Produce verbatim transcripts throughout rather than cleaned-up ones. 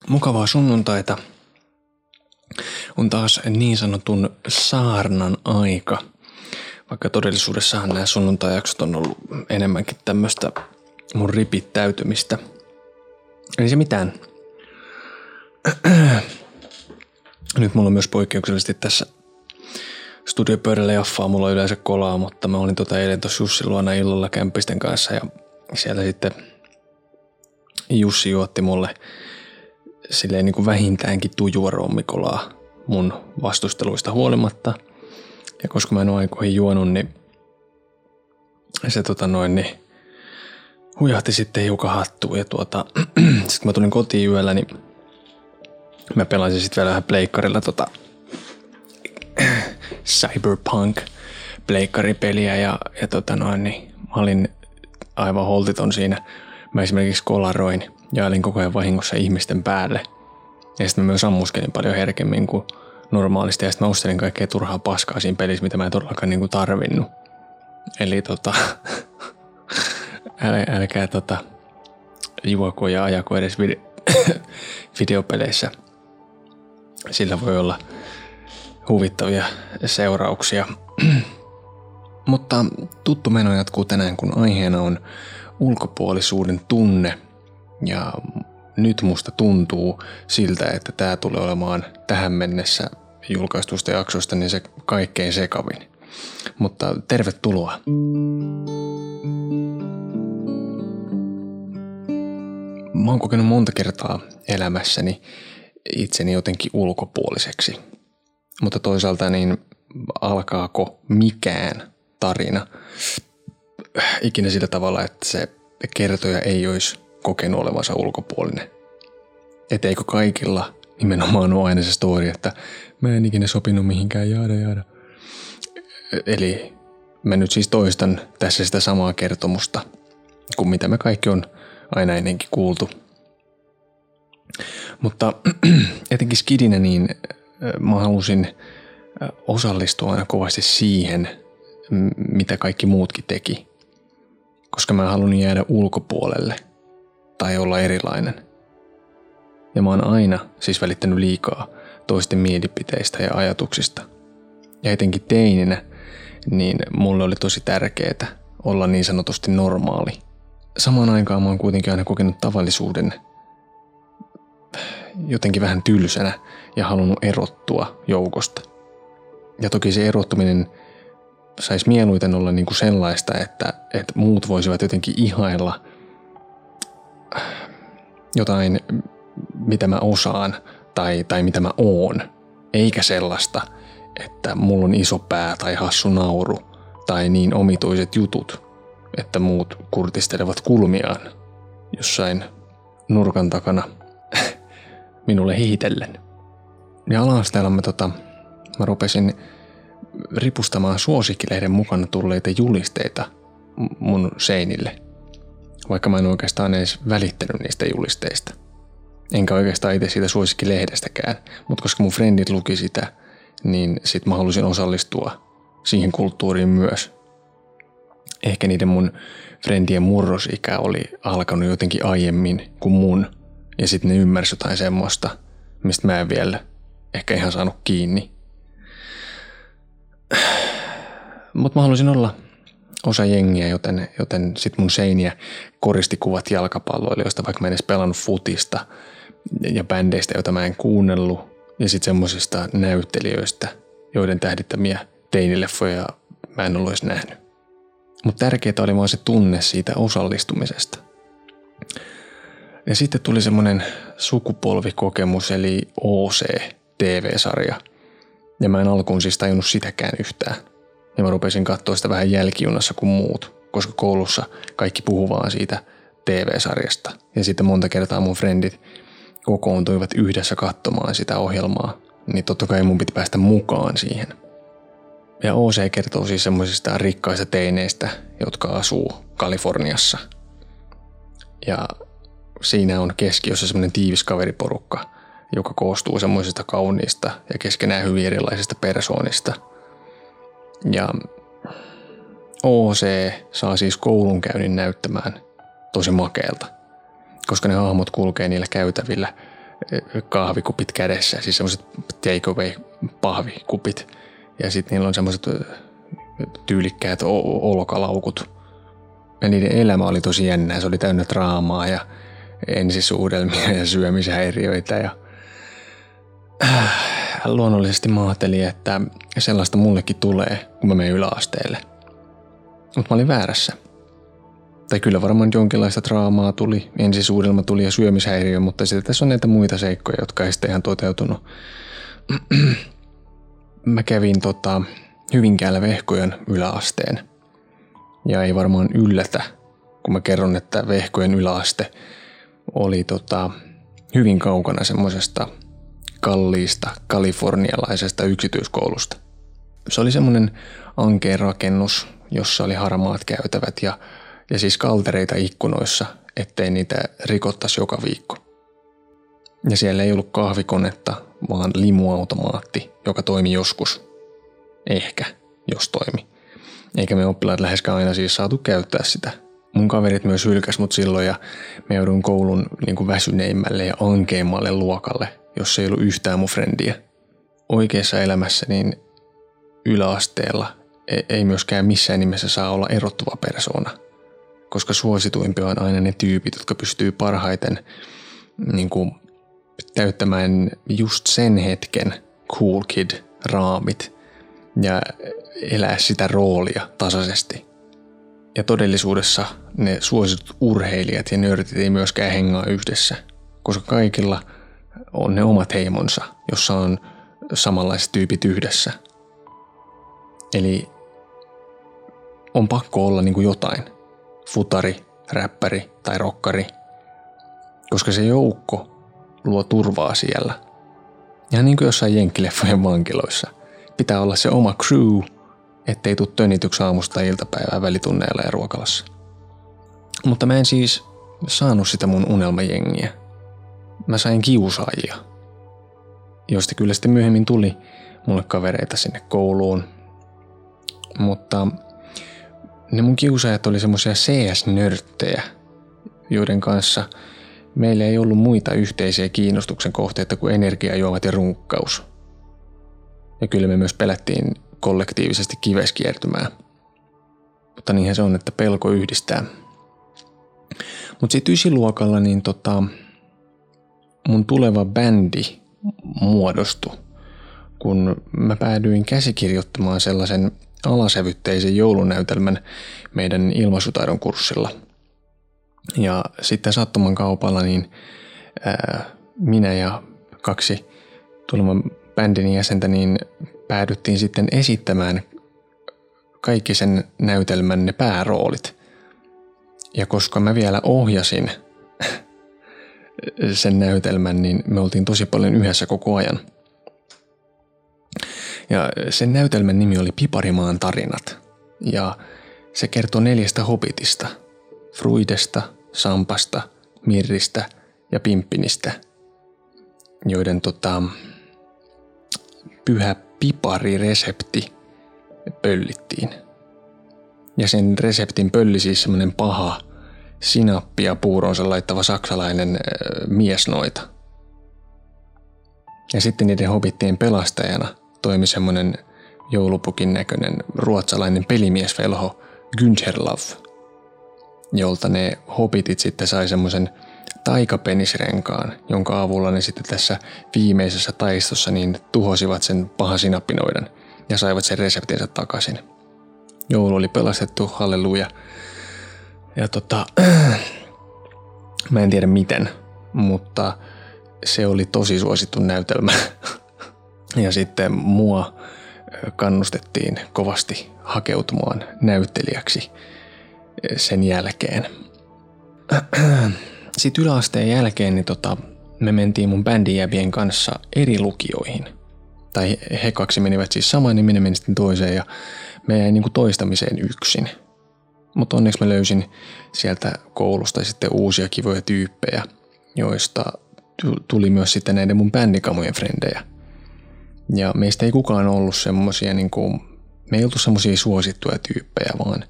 Mukavaa sunnuntaita. On taas niin sanotun saarnan aika, vaikka todellisuudessahan nämä sunnuntai-jaksot on ollut enemmänkin tämmöistä mun ripittäytymistä. Ei se mitään. Nyt mulla on myös poikkeuksellisesti tässä studiopöydällä jaffaa, mulla on yleensä kolaa, mutta mä olin tota eilen tossa Jussin luona illalla kämpisten kanssa ja siellä sitten Jussi juotti mulle silleen niin kuin vähintäänkin tujua rommikolaa mun vastusteluista huolimatta. Ja koska mä en ole aikoihin juonut, niin se tota noin, niin hujahti sitten hiukan hattuun. Ja tuota, sitten kun mä tulin kotiin yöllä, niin mä pelasin sitten vielä vähän pleikkarilla tota Cyberpunk-pleikkaripeliä ja, ja tota noin, niin mä olin aivan holtiton siinä. Mä esimerkiksi kolaroin ja olin koko ajan vahingossa ihmisten päälle. Ja sitten mä myös ammuskelin paljon herkemmin kuin normaalisti. Ja sitten mä ostelin kaikkea turhaa paskaa siinä pelissä, mitä mä en todellakaan niinku tarvinnut. Eli tota, äl, älkää tota, juoko ja ajako edes vide- videopeleissä. Sillä voi olla huvittavia seurauksia. Mutta tuttu meno jatkuu tänään, kun aiheena on ulkopuolisuuden tunne. Ja nyt musta tuntuu siltä, että tää tulee olemaan tähän mennessä julkaistuista jaksoista niin se kaikkein sekavin. Mutta tervetuloa. Mä oon kokenut monta kertaa elämässäni itseni jotenkin ulkopuoliseksi. Mutta toisaalta niin alkaako mikään tarina ikinä sillä tavalla, että se kertoja ei olisi kokenut olevansa ulkopuolinen. Et eikö kaikilla nimenomaan ole aina se story, että mä en ikinä sopinut mihinkään, jaada jaada. Eli mä nyt siis toistan tässä sitä samaa kertomusta, kuin mitä me kaikki on aina ennenkin kuultu. Mutta etenkin skidinä niin mä halusin osallistua aina kovasti siihen, mitä kaikki muutkin teki. Koska mä en halunnut jäädä ulkopuolelle tai olla erilainen. Ja mä oon aina siis välittänyt liikaa toisten mielipiteistä ja ajatuksista. Ja etenkin teininä, niin mulle oli tosi tärkeää olla niin sanotusti normaali. Samaan aikaan mä oon kuitenkin aina kokenut tavallisuuden jotenkin vähän tylsänä ja halunnut erottua joukosta. Ja toki se erottuminen saisi mieluiten olla niinku sellaista, että, että muut voisivat jotenkin ihailla jotain, mitä mä osaan tai, tai mitä mä oon. Eikä sellaista, että mulla on iso pää tai hassu nauru tai niin omituiset jutut, että muut kurtistelevat kulmiaan jossain nurkan takana minulle hiitellen. Ja ala-asteella mä, tota, mä rupesin ripustamaan suosikkilehden mukana tulleita julisteita mun seinille, vaikka mä en oikeastaan edes välittänyt niistä julisteista. Enkä oikeastaan itse siitä suosikkilehdestäkään, mutta koska mun frendit luki sitä, niin sit mä halusin osallistua siihen kulttuuriin myös. Ehkä niiden mun frendien murrosikä oli alkanut jotenkin aiemmin kuin mun, ja sit ne ymmärsi jotain semmoista, mistä mä en vielä ehkä ihan saanut kiinni. Mutta mä halusin olla osa jengiä, joten, joten sit mun seiniä koristi kuvat jalkapalloilijoista, vaikka mä en edes pelannut futista ja bändeistä, joita mä en kuunnellut, ja sit semmosista näyttelijöistä, joiden tähdittämiä teinileffoja mä en ollut edes nähnyt. Mutta tärkeää oli vaan se tunne siitä osallistumisesta. Ja sitten tuli semmonen sukupolvikokemus, eli O C-T V-sarja. Ja mä en alkuun siis tajunnut sitäkään yhtään. Ja mä rupesin katsoa sitä vähän jälkijunassa kuin muut, koska koulussa kaikki puhuu vaan siitä T V-sarjasta. Ja sitten monta kertaa mun frendit kokoontuivat yhdessä katsomaan sitä ohjelmaa, niin totta kai mun piti päästä mukaan siihen. Ja O C kertoo siis semmoisista rikkaista teineistä, jotka asuu Kaliforniassa. Ja siinä on keskiössä semmoinen tiivis kaveriporukka, joka koostuu semmoisista kauniista ja keskenään hyvin erilaisista persoonista. Ja O C saa siis koulunkäynnin näyttämään tosi makeelta, koska ne hahmot kulkee niillä käytävillä kahvikupit kädessä, siis semmoiset take away pahvikupit. Ja sitten niillä on semmoiset tyylikkäät olkalaukut. Ja niiden elämä oli tosi jännää, se oli täynnä draamaa ja ensisuudelmia ja syömishäiriöitä ja luonnollisesti mä ajattelin, että sellaista mullekin tulee, kun mä menen yläasteelle. Mutta mä olin väärässä. Tai kyllä varmaan jonkinlaista draamaa tuli, ensisuudelma tuli ja syömishäiriö, mutta sitten tässä on näitä muita seikkoja, jotka ei sitten ihan toteutunut. Mä kävin tota, Hyvinkäällä Vehkojen yläasteen. Ja ei varmaan yllätä, kun mä kerron, että Vehkojen yläaste oli tota, hyvin kaukana semmoisesta kalliista kalifornialaisesta yksityiskoulusta. Se oli semmoinen ankea rakennus, jossa oli harmaat käytävät ja, ja siis kaltereita ikkunoissa, ettei niitä rikottaisi joka viikko. Ja siellä ei ollut kahvikonetta, vaan limuautomaatti, joka toimi joskus. Ehkä, jos toimi. Eikä me oppilaat läheskään aina siis saatu käyttää sitä. Mun kaverit myös hylkäs mut silloin ja me joudun koulun niin kuin väsyneimmälle ja ankeimmalle luokalle, jos ei ollut yhtään mun frendiä. Oikeassa elämässä niin yläasteella ei myöskään missään nimessä saa olla erottuva persoona, koska suosituimpia on aina ne tyypit, jotka pystyy parhaiten niin kuin, täyttämään just sen hetken cool kid raamit ja elää sitä roolia tasaisesti. Ja todellisuudessa ne suositut urheilijat ja nörtit ei myöskään hengaa yhdessä, koska kaikilla on ne omat heimonsa, jossa on samanlaiset tyypit yhdessä. Eli on pakko olla niin kuin jotain, futari, räppäri tai rokkari, koska se joukko luo turvaa siellä. Ihan niin kuin jossain jenkkileffojen vankiloissa. Pitää olla se oma crew, ettei tule tönityksi aamusta iltapäivää välitunneilla ja ruokalassa. Mutta mä en siis saanut sitä mun unelmajengiä. Mä sain kiusaajia, joista kyllä sitten myöhemmin tuli mulle kavereita sinne kouluun. Mutta ne mun kiusaajat oli semmosia C S-nörttejä, joiden kanssa meillä ei ollut muita yhteisiä kiinnostuksen kohteita kuin energiajuomat ja runkkaus. Ja kyllä me myös pelättiin kollektiivisesti kiveskiertymään. Mutta niinhän se on, että pelko yhdistää. Mutta sitten ysiluokalla niin tota, mun tuleva bändi muodostui, kun mä päädyin käsikirjoittamaan sellaisen alasävytteisen joulunäytelmän meidän ilmaisutaidon kurssilla. Ja sitten sattuman kaupalla niin ää, minä ja kaksi tulevan bändin jäsentä niin päädyttiin sitten esittämään kaikki sen näytelmän ne pääroolit. Ja koska mä vielä ohjasin sen näytelmän, niin me oltiin tosi paljon yhdessä koko ajan. Ja sen näytelmän nimi oli Piparimaan tarinat. Ja se kertoo neljästä hobitista. Fruidesta, Sampasta, Mirristä ja Pimppinistä, joiden tota, pyhä pipariresepti pöllittiin. Ja sen reseptin pölli siis semmoinen paha sinappia puuronsa laittava saksalainen äh, miesnoita. Ja sitten niiden hobittien pelastajana toimi semmoinen joulupukin näköinen ruotsalainen pelimiesvelho Güntherlov, jolta ne hobitit sitten sai semmoisen taikapenisrenkaan, jonka avulla ne sitten tässä viimeisessä taistossa niin tuhosivat sen pahasinappinoiden ja saivat sen reseptinsä takaisin. Joulu oli pelastettu, halleluja. Ja tota, mä en tiedä miten, mutta se oli tosi suosittu näytelmä. Ja sitten mua kannustettiin kovasti hakeutumaan näyttelijäksi sen jälkeen. Sitten yläasteen jälkeen niin tota, me mentiin mun bändijäbien kanssa eri lukioihin. Tai he kaksi menivät siis samaan, niin minä menin sitten toiseen ja me jäi niinku toistamiseen yksin. Mutta onneksi mä löysin sieltä koulusta sitten uusia kivoja tyyppejä, joista tuli myös sitten näiden mun bändikamojen frendejä. Ja meistä ei kukaan ollut semmosia niinku, me ei oltu semmosia suosittuja tyyppejä, vaan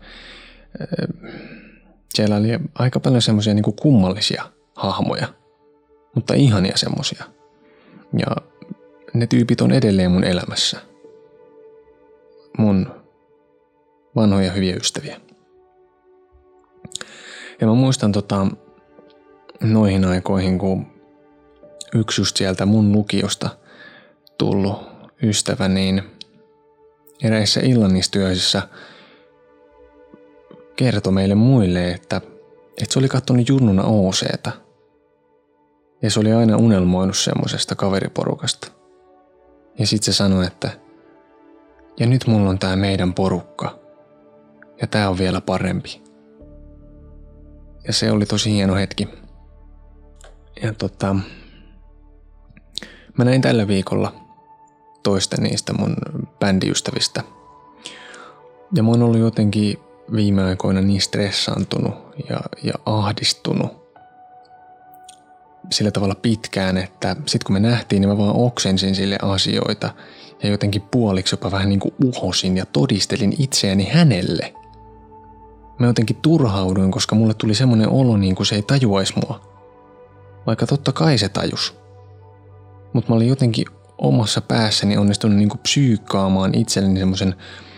äh, siellä oli aika paljon semmosia niinku kummallisia hahmoja. mutta ihania semmosia. Ja ne tyypit on edelleen mun elämässä. Mun vanhoja hyviä ystäviä. Ja mä muistan tota, noihin aikoihin, kun yksi just sieltä mun lukiosta tullut ystävä, niin eräissä illanistyöisissä kertoi meille muille, että, että se oli katsonut junnuna O C:tä. Ja se oli aina unelmoinut semmosesta kaveriporukasta. Ja sit se sanoi, että ja nyt mulla on tää meidän porukka. Ja tää on vielä parempi. Ja se oli tosi hieno hetki. Ja tota, mä näin tällä viikolla toista niistä mun bändiystävistä. Ja mä oon ollut jotenkin viime aikoina niin stressaantunut ja, ja ahdistunut sillä tavalla pitkään, että sit kun me nähtiin, niin mä vaan oksensin sille asioita ja jotenkin puoliksi jopa vähän niin kuin uhosin ja todistelin itseäni hänelle. Mä jotenkin turhauduin, koska mulle tuli semmoinen olo, niin kuin se ei tajuaisi mua. Vaikka totta kai se tajus. Mutta mä olin jotenkin omassa päässäni onnistunut niin kuin psyykkaamaan itselleni semmoisen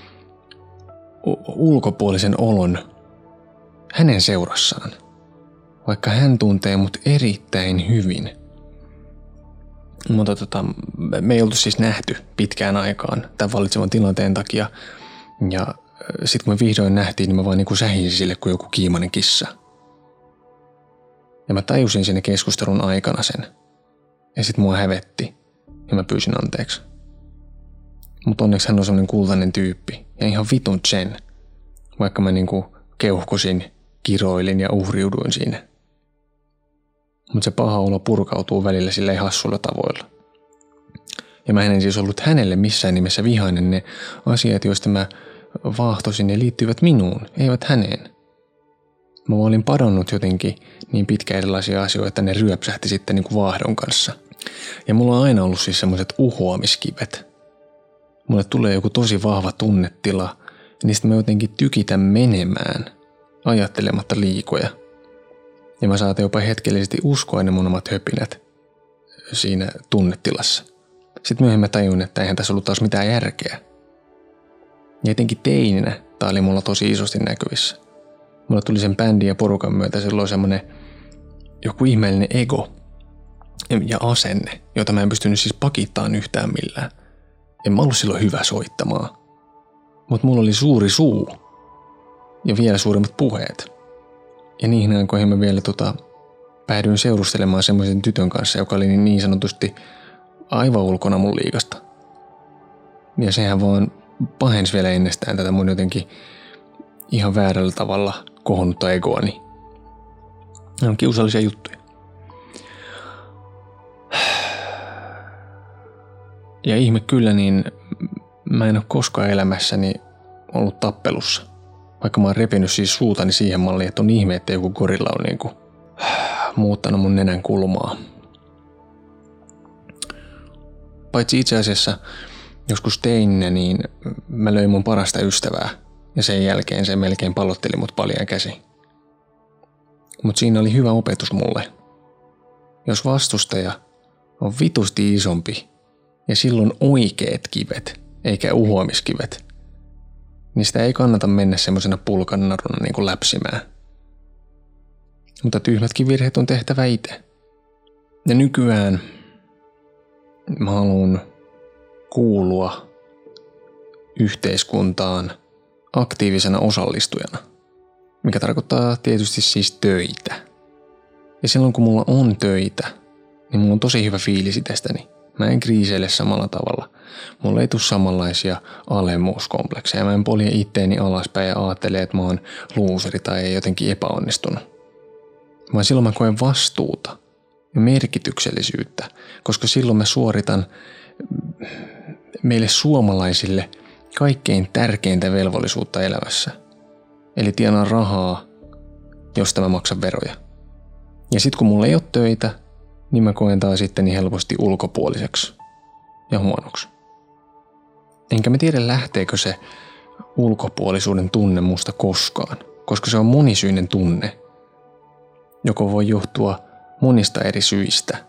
ulkopuolisen olon hänen seurassaan. Vaikka hän tuntee mut erittäin hyvin. Mutta tota, me ei oltu siis nähty pitkään aikaan tämän vallitsevan tilanteen takia. Ja sitten kun me vihdoin nähtiin, niin mä vaan niinku sähisin sille kuin joku kiimainen kissa. Ja mä tajusin sinne keskustelun aikana sen. Ja sit mua hävetti. Ja mä pyysin anteeksi. Mutta onneksi hän on semmonen kultainen tyyppi. Ja ihan vitun sen. Vaikka mä niinku keuhkosin, kiroilin ja uhriuduin siinä. Mutta se paha olo purkautuu välillä silleen hassuilla tavoilla. Ja mä en siis ollut hänelle missään nimessä vihainen. Ne asiat, joista mä vaahtosin, ne liittyvät minuun, eivät häneen. Mä olin padonnut jotenkin niin pitkä erilaisia asioita, että ne ryöpsähti sitten niin kuin vaahdon kanssa. Ja mulla on aina ollut siis semmoiset uhoamiskivet. Mulle tulee joku tosi vahva tunnetila, ja niistä mä jotenkin tykitän menemään, ajattelematta liikoja. Ja mä saatan jopa hetkellisesti uskoa ne mun omat höpinät siinä tunnetilassa. Sitten myöhemmin mä tajun, että eihän tässä ollut taas mitään järkeä. Ja etenkin teininä tää oli mulla tosi isosti näkyvissä. Mulla tuli sen bändin ja porukan myötä silloin semmonen joku ihmeellinen ego ja asenne, jota mä en pystynyt siis pakittamaan yhtään millään. En mä ollut silloin hyvä soittamaan. Mutta mulla oli suuri suu ja vielä suuremmat puheet. Ja niihin aikoihin mä vielä tota, päädyin seurustelemaan semmoisen tytön kanssa, joka oli niin sanotusti aivan ulkona mun liigasta. Ja sehän vaan pahensi vielä ennestään tätä mun jotenkin ihan väärällä tavalla kohonnutta egoani. Ne on kiusallisia juttuja. Ja ihme kyllä, niin mä en ole koskaan elämässäni ollut tappelussa. Vaikka mä oon repinyt siis suutani siihen malliin, että on ihme, että joku gorilla on niinku muuttanut mun nenän kulmaa. Paitsi itse asiassa joskus teininä, niin mä löin mun parasta ystävää ja sen jälkeen se melkein pallotteli mut paljain käsi. Mut siinä oli hyvä opetus mulle. Jos vastustaja on vitusti isompi ja silloin oikeet kivet eikä uhoamiskivet, niin sitä ei kannata mennä semmosena pulkannaruna niin kuin läpsimään. Mutta tyhmätkin virheet on tehtävä itse. Ja nykyään mä haluan kuulua yhteiskuntaan aktiivisena osallistujana, mikä tarkoittaa tietysti siis töitä. Ja silloin kun mulla on töitä, niin mulla on tosi hyvä fiilis itsestäni. Mä en kriiseile samalla tavalla. Mulla ei tule samanlaisia alemmuuskomplekseja. Mä en polje itteeni alaspäin ja ajattele, että mä oon luuseri tai jotenkin epäonnistunut. Vaan silloin mä koen vastuuta ja merkityksellisyyttä, koska silloin mä suoritan meille suomalaisille kaikkein tärkeintä velvollisuutta elämässä. Eli tienaan rahaa, josta mä maksan veroja. Ja sit kun mulla ei ole töitä, niin mä koen taas sitten helposti ulkopuoliseksi ja huonoksi. Enkä mä tiedä lähteekö se ulkopuolisuuden tunne musta koskaan, koska se on monisyinen tunne, joka voi johtua monista eri syistä.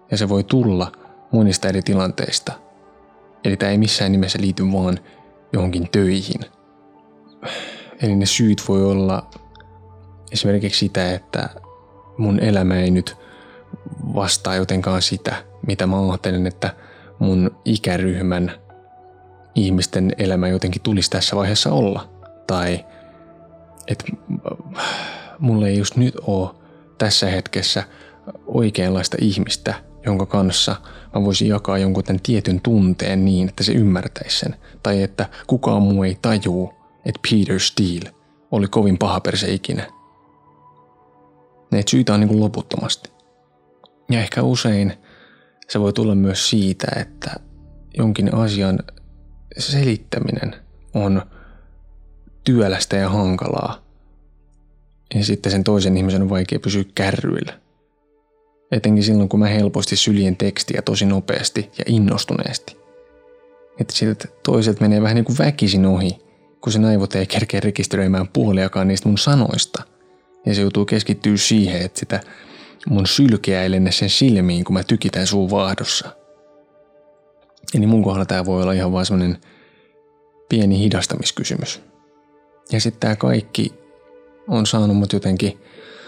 ja se voi tulla monista eri tilanteista. Eli tämä ei missään nimessä liity vaan johonkin töihin. Eli ne syyt voi olla esimerkiksi sitä, että mun elämä ei nyt vastaa jotenkaan sitä, mitä mä ajattelen, että mun ikäryhmän ihmisten elämä jotenkin tulisi tässä vaiheessa olla. Tai että mulla ei just nyt ole tässä hetkessä oikeanlaista ihmistä, jonka kanssa mä voisin jakaa jonkun tämän tietyn tunteen niin, että se ymmärtäisi sen. Tai että kukaan muu ei tajuu, että Peter Steele oli kovin pahaperse ikinä. Näitä syitä on niin kuin loputtomasti. Ja ehkä usein se voi tulla myös siitä, että jonkin asian selittäminen on työlästä ja hankalaa. Ja sitten sen toisen ihmisen on vaikea pysyä kärryillä. Etenkin silloin, kun mä helposti syljen tekstiä tosi nopeasti ja innostuneesti. Että siltä toiselta menee vähän niin kuin väkisin ohi, kun se aivot ei kerkeä rekisteröimään puoliakaan niistä mun sanoista. Ja se joutuu keskittyä siihen, että sitä mun sylkeä ei lennä sen silmiin, kun mä tykitän suun vaahdossa. Eli mun kohdalla tää voi olla ihan vaan semmonen pieni hidastamiskysymys. Ja sitten tää kaikki on saanut mut jotenkin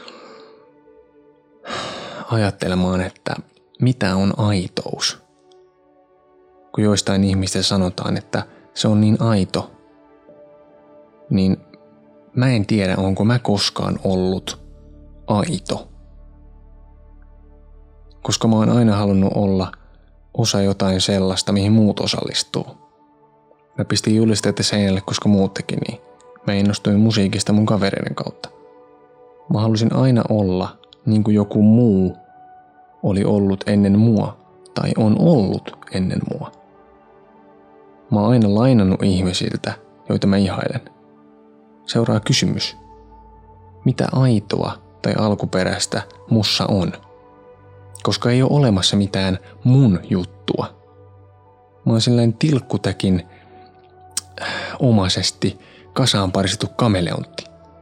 ajattelemaan, että mitä on aitous. Kun joistain ihmistä sanotaan, että se on niin aito, niin mä en tiedä, onko mä koskaan ollut aito. Koska mä oon aina halunnut olla osa jotain sellaista, mihin muut osallistuu. Mä pistin julisteet seinälle, koska muut teki niin. Mä innostuin musiikista mun kavereiden kautta. Mä halusin aina olla niin kuin joku muu oli ollut ennen mua tai on ollut ennen mua. Mä oon aina lainannut ihmisiltä, joita mä ihailen. Seuraa kysymys. Mitä aitoa tai alkuperäistä mussa on? Koska ei ole olemassa mitään mun juttua. Mä oon sellainen tilkkutäkin omaisesti kasaan paristettu kameleontti.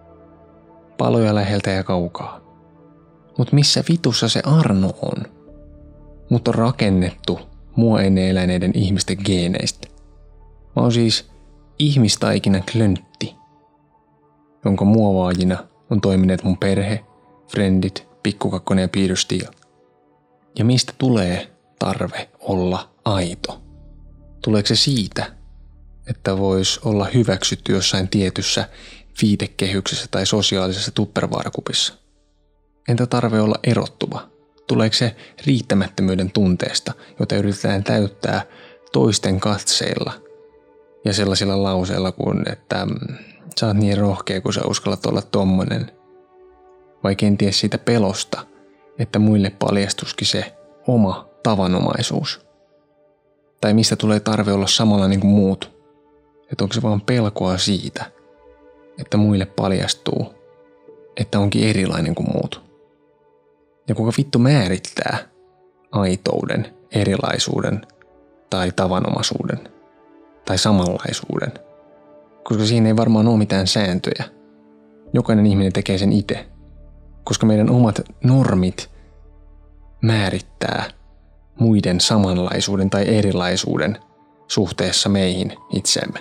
Paloja läheltä ja kaukaa. Mut missä vitussa se Arno on? Mut on rakennettu mua ennen eläneiden ihmisten geeneistä. Mä oon siis ihmistaikina klöntti, jonka muovaajina on toimineet mun perhe, frendit, Pikkukakkonen ja Peter Steele. Ja mistä tulee tarve olla aito? Tuleeko se siitä, että vois olla hyväksytty jossain tietyssä viitekehyksessä tai sosiaalisessa tupperware-kupissa? Entä tarve olla erottuva? Tuleeko se riittämättömyyden tunteesta, jota yritetään täyttää toisten katseilla ja sellaisilla lauseilla kuin, että sä oot niin rohkea, kun sä uskallat olla tommonen? Vai kenties siitä pelosta, että muille paljastuskin se oma tavanomaisuus? Tai mistä tulee tarve olla samalla niin kuin muut? Että onko se vaan pelkoa siitä, että muille paljastuu, että onkin erilainen kuin muut? Ja kuka vittu määrittää aitouden, erilaisuuden tai tavanomaisuuden tai samanlaisuuden? Koska siinä ei varmaan ole mitään sääntöjä. Jokainen ihminen tekee sen itse. Koska meidän omat normit määrittää muiden samanlaisuuden tai erilaisuuden suhteessa meihin itseemme.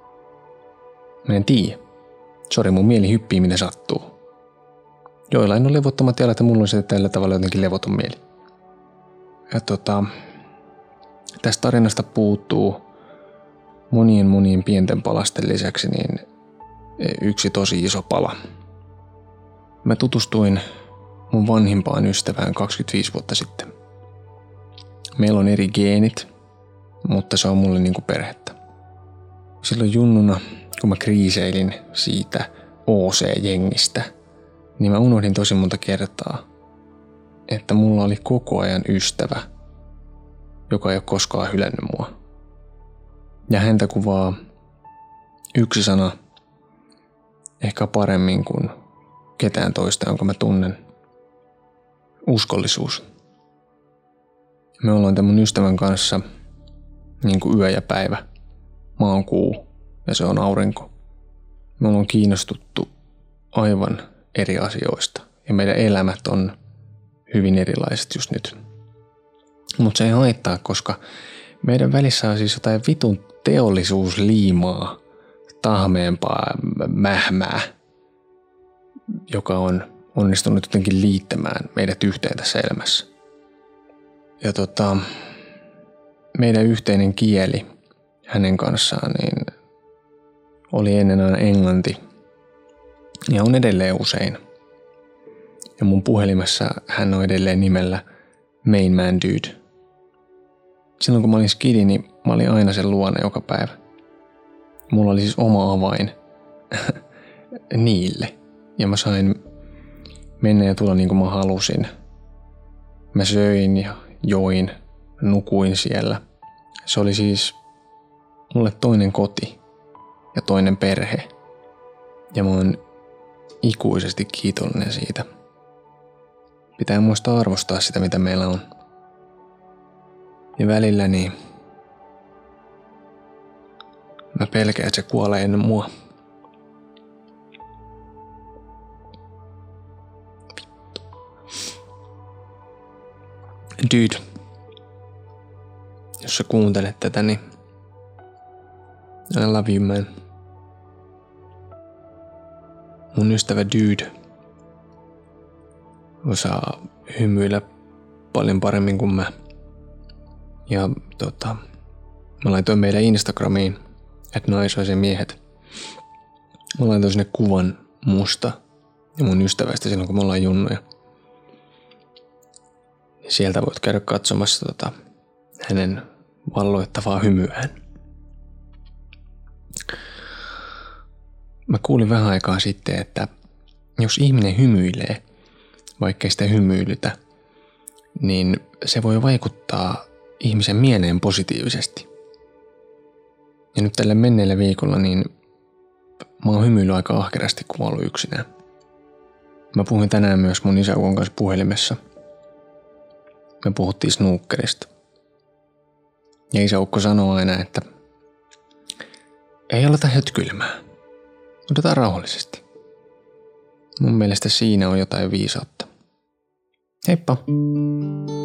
Mä en tiedä. Sori, mun mieli hyppii, mitä sattuu. Joillain on levottomat jalat ja mulla on se tällä tavalla jotenkin levoton mieli. Ja tota, tästä tarinasta puuttuu monien monien pienten palasten lisäksi niin yksi tosi iso pala. Mä tutustuin mun vanhimpaan ystävään kaksikymmentäviisi vuotta sitten. Meillä on eri geenit, mutta se on mulle niinku perhettä. Silloin junnuna, kun mä kriiseilin siitä O C-jengistä, niin mä unohdin tosi monta kertaa, että mulla oli koko ajan ystävä, joka ei ole koskaan hylännyt mua. Ja häntä kuvaa yksi sana ehkä paremmin kuin ketään toista, jonka mä tunnen. Uskollisuus. Me ollaan tämän mun ystävän kanssa niin kuin yö ja päivä. Mä oon kuu ja se on aurinko. Me ollaan kiinnostuttu aivan eri asioista ja meidän elämät on hyvin erilaiset just nyt. Mutta se ei haittaa, koska meidän välissä on siis jotain vitun teollisuusliimaa, tahmeempaa mähmää, joka on onnistunut jotenkin liittämään meidät yhteen tässä elämässä. Ja tota, meidän yhteinen kieli hänen kanssaan niin oli ennen aina englanti ja on edelleen usein. Ja mun puhelimessa hän on edelleen nimellä Main Man Dude. Silloin kun mä olin skidi, niin mä olin aina sen luona joka päivä. Mulla oli siis oma avain niille. Ja mä sain mennä ja tulla niin kuin mä halusin. Mä söin ja join, nukuin siellä. Se oli siis mulle toinen koti ja toinen perhe. Ja mä oon ikuisesti kiitollinen siitä. Pitää muistaa arvostaa sitä, mitä meillä on. Ja välillä niin mä pelkään, että se kuolee ennen mua. Dude, jos sä kuuntelet tätä, niin I love you, man. Mun ystävä Dude osaa hymyillä paljon paremmin kuin mä. Ja tota, mä laitoin meidän Instagramiin, että naisoisen miehet. Mä laitoin sinne kuvan musta ja mun ystävästä silloin, kun me ollaan junnuja. Sieltä voit käydä katsomassa tota, hänen valloittavaa hymyään. Mä kuulin vähän aikaa sitten, että jos ihminen hymyilee, vaikkei sitä hymyilytä, niin se voi vaikuttaa ihmisen mieleen positiivisesti. Ja nyt tällä menneellä viikolla niin mä oon hymyillyt aika ahkerasti, kun mä oon ollut yksinään. Mä puhuin tänään myös mun isäukon kanssa puhelimessa. Me puhuttiin snookerista. Ja isäukko sanoo aina, että ei aleta hötkyilemään. Otetaan rauhallisesti. Mun mielestä siinä on jotain viisautta. Heippa!